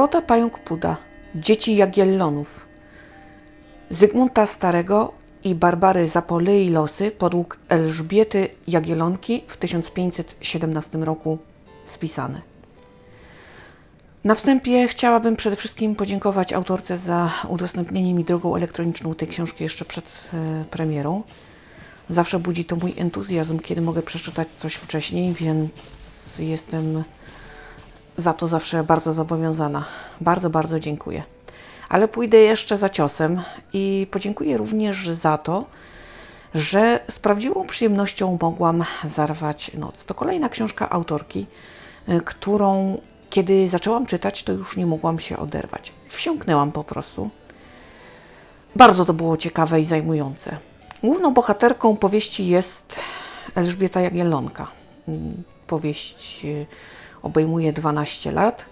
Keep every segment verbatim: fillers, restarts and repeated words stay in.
Głupota pająk puda, dzieci Jagiellonów, Zygmunta Starego i Barbary Zapolyi losy podług Elżbiety Jagiellonki w tysiąc pięćset siedemnastym roku spisane. Na wstępie chciałabym przede wszystkim podziękować autorce za udostępnienie mi drogą elektroniczną tej książki jeszcze przed e, premierą. Zawsze budzi to mój entuzjazm, kiedy mogę przeczytać coś wcześniej, więc jestem za to zawsze bardzo zobowiązana. Bardzo, bardzo dziękuję. Ale pójdę jeszcze za ciosem i podziękuję również za to, że z prawdziwą przyjemnością mogłam zarwać noc. To kolejna książka autorki, którą kiedy zaczęłam czytać, to już nie mogłam się oderwać. Wsiąknęłam po prostu. Bardzo to było ciekawe i zajmujące. Główną bohaterką powieści jest Elżbieta Jagiellonka. Powieść obejmuje dwanaście lat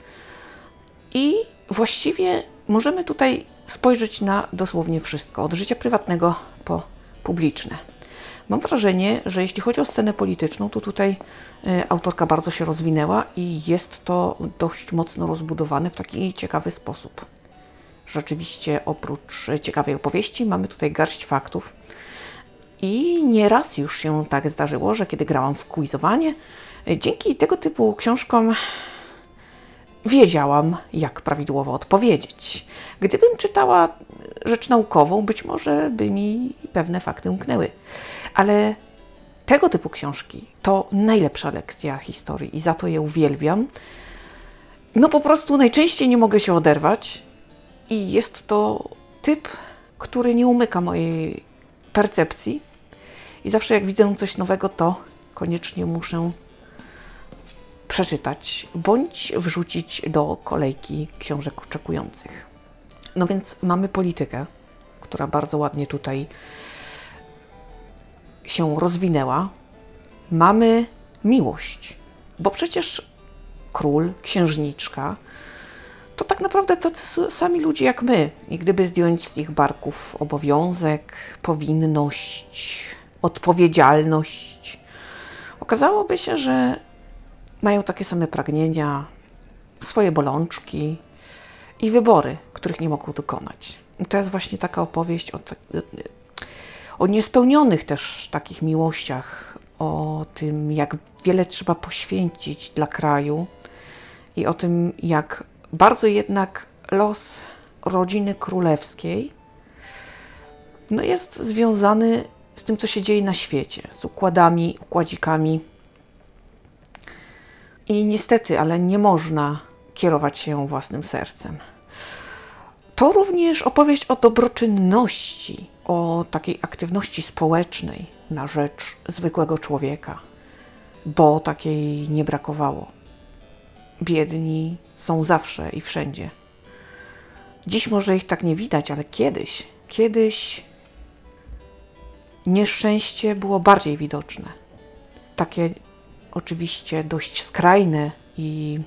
i właściwie możemy tutaj spojrzeć na dosłownie wszystko, od życia prywatnego po publiczne. Mam wrażenie, że jeśli chodzi o scenę polityczną, to tutaj y, autorka bardzo się rozwinęła i jest to dość mocno rozbudowane w taki ciekawy sposób. Rzeczywiście oprócz ciekawej opowieści mamy tutaj garść faktów i nieraz już się tak zdarzyło, że kiedy grałam w quizowanie, y, dzięki tego typu książkom wiedziałam, jak prawidłowo odpowiedzieć. Gdybym czytała rzecz naukową, być może by mi pewne fakty umknęły. Ale tego typu książki to najlepsza lekcja historii i za to je uwielbiam. No po prostu najczęściej nie mogę się oderwać i jest to typ, który nie umyka mojej percepcji i zawsze jak widzę coś nowego, to koniecznie muszę przeczytać bądź wrzucić do kolejki książek oczekujących. No więc mamy politykę, która bardzo ładnie tutaj się rozwinęła. Mamy miłość, bo przecież król, księżniczka to tak naprawdę tacy sami ludzie jak my. I gdyby zdjąć z ich barków obowiązek, powinność, odpowiedzialność, okazałoby się, że mają takie same pragnienia, swoje bolączki i wybory, których nie mogą dokonać. I to jest właśnie taka opowieść o, o niespełnionych też takich miłościach, o tym, jak wiele trzeba poświęcić dla kraju i o tym, jak bardzo jednak los rodziny królewskiej no jest związany z tym, co się dzieje na świecie, z układami, układzikami. I niestety, ale nie można kierować się własnym sercem. To również opowieść o dobroczynności, o takiej aktywności społecznej na rzecz zwykłego człowieka, bo takiej nie brakowało. Biedni są zawsze i wszędzie. Dziś może ich tak nie widać, ale kiedyś, kiedyś nieszczęście było bardziej widoczne. Takie oczywiście dość skrajne i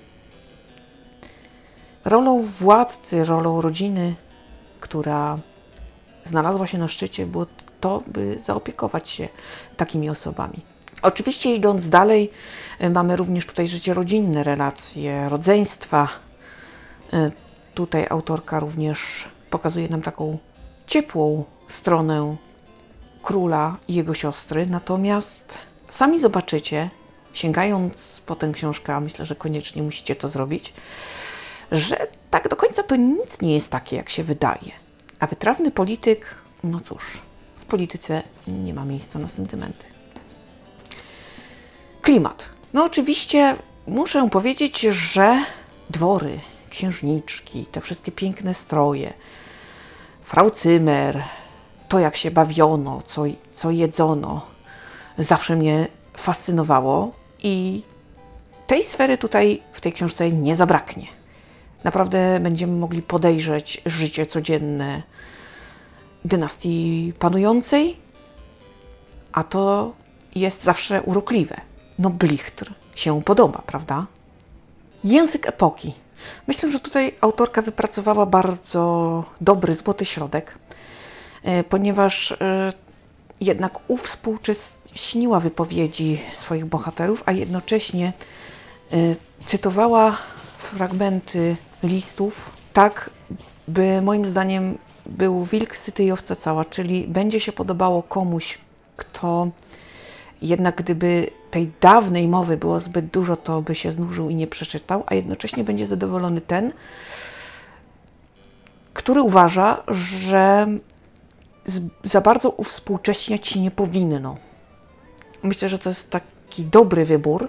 rolą władcy, rolą rodziny, która znalazła się na szczycie, było to, by zaopiekować się takimi osobami. Oczywiście idąc dalej, mamy również tutaj życie rodzinne, relacje rodzeństwa. Tutaj autorka również pokazuje nam taką ciepłą stronę króla i jego siostry, natomiast sami zobaczycie, sięgając po tę książkę, a myślę, że koniecznie musicie to zrobić, że tak do końca to nic nie jest takie, jak się wydaje. A wytrawny polityk, no cóż, w polityce nie ma miejsca na sentymenty. Klimat. No oczywiście muszę powiedzieć, że dwory, księżniczki, te wszystkie piękne stroje, Frau Zimmer, to jak się bawiono, co, co jedzono, zawsze mnie fascynowało i tej sfery tutaj w tej książce nie zabraknie. Naprawdę będziemy mogli podejrzeć życie codzienne dynastii panującej, a to jest zawsze urokliwe. No blichtr się podoba, prawda? Język epoki. Myślę, że tutaj autorka wypracowała bardzo dobry, złoty środek, ponieważ jednak uwspółcześniła wypowiedzi swoich bohaterów, a jednocześnie cytowała fragmenty listów, tak by moim zdaniem był wilk syty i owca cała, czyli będzie się podobało komuś, kto jednak gdyby tej dawnej mowy było zbyt dużo, to by się znużył i nie przeczytał, a jednocześnie będzie zadowolony ten, który uważa, że za bardzo uwspółcześniać się nie powinno. Myślę, że to jest taki dobry wybór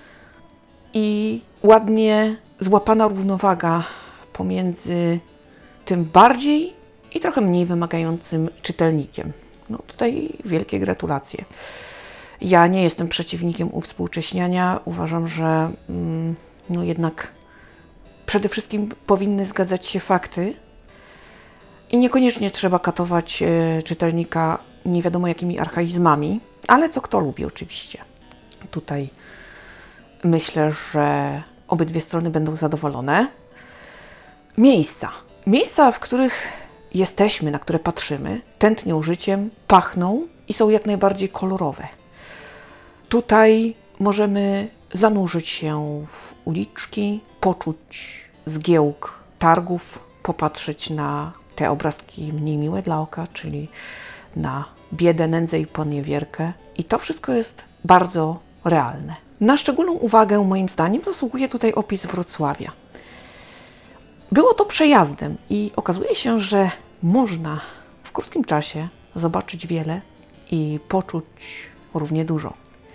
i ładnie złapana równowaga pomiędzy tym bardziej i trochę mniej wymagającym czytelnikiem. No tutaj wielkie gratulacje. Ja nie jestem przeciwnikiem uwspółcześniania. Uważam, że mm, no jednak przede wszystkim powinny zgadzać się fakty i niekoniecznie trzeba katować y, czytelnika nie wiadomo jakimi archaizmami, ale co kto lubi oczywiście. Tutaj myślę, że obydwie strony będą zadowolone. Miejsca. Miejsca, w których jesteśmy, na które patrzymy, tętnią życiem, pachną i są jak najbardziej kolorowe. Tutaj możemy zanurzyć się w uliczki, poczuć zgiełk targów, popatrzeć na te obrazki mniej miłe dla oka, czyli na biedę, nędzę i poniewierkę. I to wszystko jest bardzo realne. Na szczególną uwagę, moim zdaniem, zasługuje tutaj opis Wrocławia. Było to przejazdem i okazuje się, że można w krótkim czasie zobaczyć wiele i poczuć równie dużo.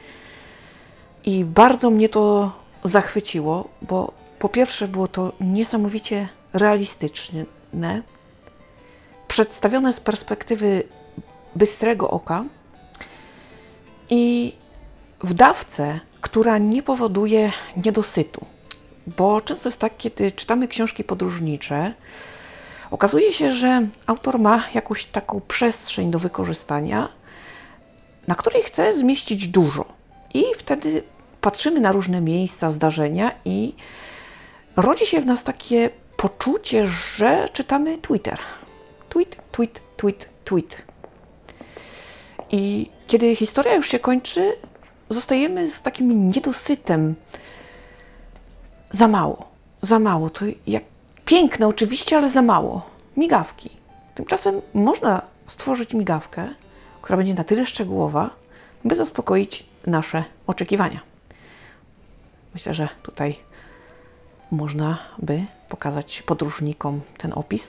I bardzo mnie to zachwyciło, bo po pierwsze było to niesamowicie realistyczne, przedstawione z perspektywy bystrego oka i w dawce, która nie powoduje niedosytu. Bo często jest tak, kiedy czytamy książki podróżnicze, okazuje się, że autor ma jakąś taką przestrzeń do wykorzystania, na której chce zmieścić dużo. I wtedy patrzymy na różne miejsca, zdarzenia i rodzi się w nas takie poczucie, że czytamy Twitter. Tweet, tweet, tweet, tweet. I kiedy historia już się kończy, zostajemy z takim niedosytem. Za mało, za mało. To jak piękne oczywiście, ale za mało. Migawki. Tymczasem można stworzyć migawkę, która będzie na tyle szczegółowa, by zaspokoić nasze oczekiwania. Myślę, że tutaj można by pokazać podróżnikom ten opis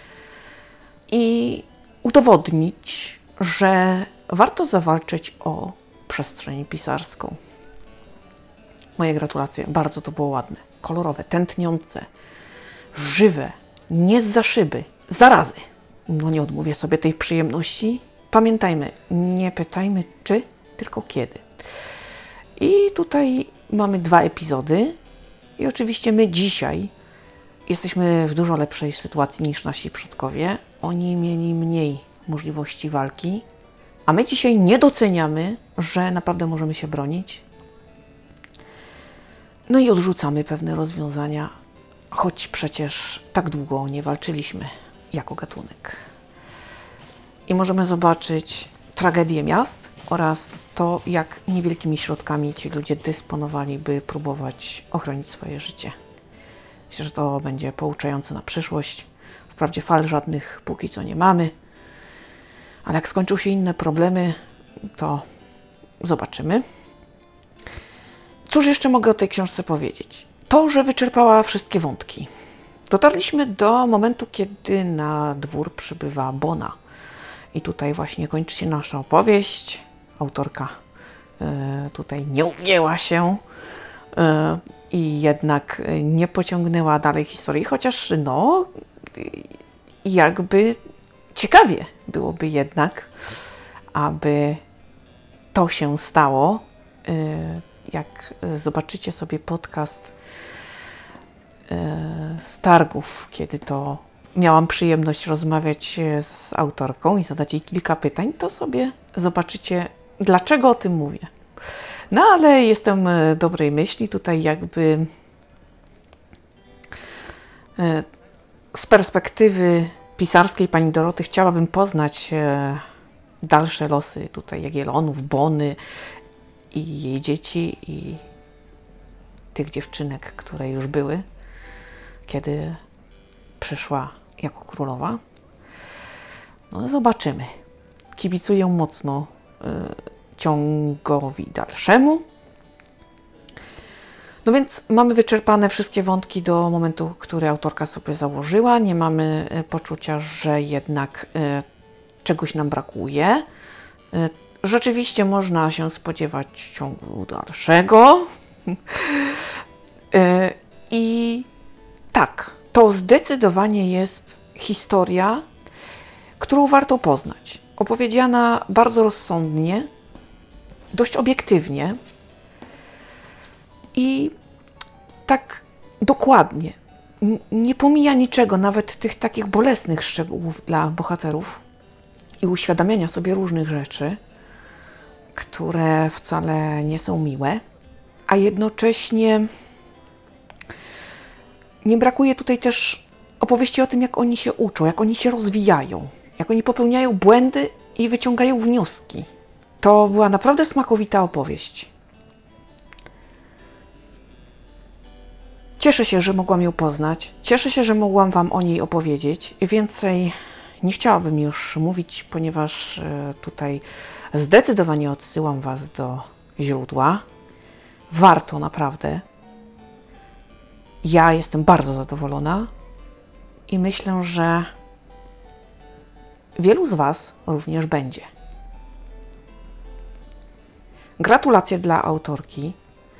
i udowodnić, że warto zawalczyć o przestrzeń pisarską. Moje gratulacje. Bardzo to było ładne. Kolorowe, tętniące, żywe, nie zza szyby, zarazy. No nie odmówię sobie tej przyjemności. Pamiętajmy, nie pytajmy czy, tylko kiedy. I tutaj mamy dwa epizody i oczywiście my dzisiaj jesteśmy w dużo lepszej sytuacji niż nasi przodkowie. Oni mieli mniej możliwości walki, a my dzisiaj nie doceniamy, że naprawdę możemy się bronić. No i odrzucamy pewne rozwiązania, choć przecież tak długo nie walczyliśmy jako gatunek. I możemy zobaczyć tragedię miast oraz to, jak niewielkimi środkami ci ludzie dysponowali, by próbować ochronić swoje życie. Myślę, że to będzie pouczające na przyszłość. Wprawdzie fal żadnych póki co nie mamy, ale jak skończą się inne problemy, to zobaczymy. Cóż jeszcze mogę o tej książce powiedzieć? To, że wyczerpała wszystkie wątki. Dotarliśmy do momentu, kiedy na dwór przybywa Bona. I tutaj właśnie kończy się nasza opowieść. Autorka y, tutaj nie ugięła się y, i jednak nie pociągnęła dalej historii, chociaż no jakby ciekawie byłoby jednak, aby to się stało. Y, jak zobaczycie sobie podcast z targów, kiedy to miałam przyjemność rozmawiać z autorką i zadać jej kilka pytań, to sobie zobaczycie, dlaczego o tym mówię. No ale jestem dobrej myśli, tutaj jakby z perspektywy pisarskiej pani Doroty chciałabym poznać dalsze losy tutaj Jagiellonów, Bony i jej dzieci i tych dziewczynek, które już były. kiedy przyszła jako królowa. No, zobaczymy. Kibicuję mocno y, ciągowi dalszemu. No więc mamy wyczerpane wszystkie wątki do momentu, który autorka sobie założyła. Nie mamy y, poczucia, że jednak y, czegoś nam brakuje. Y, rzeczywiście można się spodziewać ciągu dalszego. y, I tak, to zdecydowanie jest historia, którą warto poznać. Opowiedziana bardzo rozsądnie, dość obiektywnie i tak dokładnie. Nie pomija niczego, nawet tych takich bolesnych szczegółów dla bohaterów i uświadamiania sobie różnych rzeczy, które wcale nie są miłe, a jednocześnie nie brakuje tutaj też opowieści o tym, jak oni się uczą, jak oni się rozwijają, jak oni popełniają błędy i wyciągają wnioski. To była naprawdę smakowita opowieść. Cieszę się, że mogłam ją poznać. Cieszę się, że mogłam Wam o niej opowiedzieć. Więcej nie chciałabym już mówić, ponieważ tutaj zdecydowanie odsyłam Was do źródła. Warto naprawdę. Ja jestem bardzo zadowolona i myślę, że wielu z Was również będzie. Gratulacje dla autorki,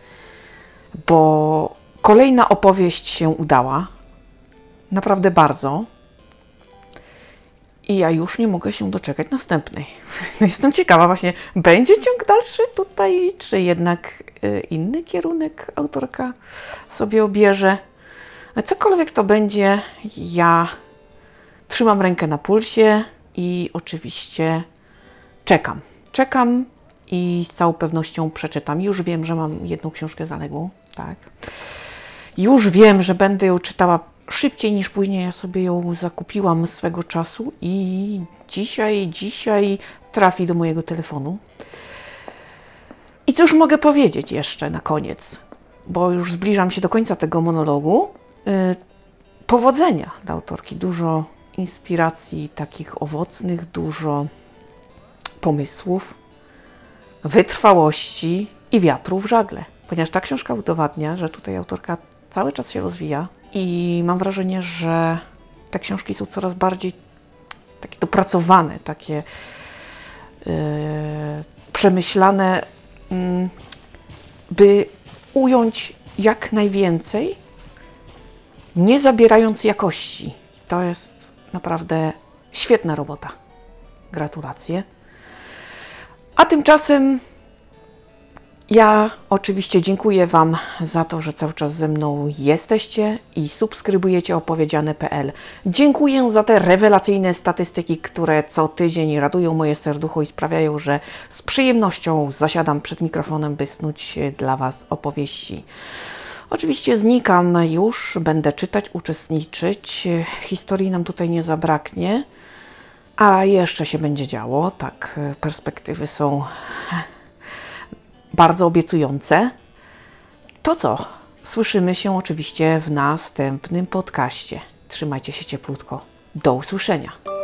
bo kolejna opowieść się udała. Naprawdę bardzo. I ja już nie mogę się doczekać następnej. Jestem ciekawa właśnie, będzie ciąg dalszy tutaj, czy jednak inny kierunek autorka sobie obierze. Cokolwiek to będzie, ja trzymam rękę na pulsie i oczywiście czekam. Czekam i z całą pewnością przeczytam. Już wiem, że mam jedną książkę zaległą, tak. Już wiem, że będę ją czytała szybciej niż później. Ja sobie ją zakupiłam swego czasu i dzisiaj, dzisiaj trafi do mojego telefonu. I cóż mogę powiedzieć jeszcze na koniec, bo już zbliżam się do końca tego monologu. Yy, powodzenia dla autorki. Dużo inspiracji takich owocnych, dużo pomysłów, wytrwałości i wiatru w żagle. Ponieważ ta książka udowadnia, że tutaj autorka cały czas się rozwija i mam wrażenie, że te książki są coraz bardziej takie dopracowane, takie yy, przemyślane, yy, by ująć jak najwięcej, nie zabierając jakości. To jest naprawdę świetna robota. Gratulacje. A tymczasem ja oczywiście dziękuję Wam za to, że cały czas ze mną jesteście i subskrybujecie opowiedziane kropka p l. Dziękuję za te rewelacyjne statystyki, które co tydzień radują moje serducho i sprawiają, że z przyjemnością zasiadam przed mikrofonem, by snuć dla Was opowieści. Oczywiście znikam już, będę czytać, uczestniczyć. Historii nam tutaj nie zabraknie, a jeszcze się będzie działo. Tak, perspektywy są bardzo obiecujące. To co? Słyszymy się oczywiście w następnym podcaście. Trzymajcie się cieplutko. Do usłyszenia.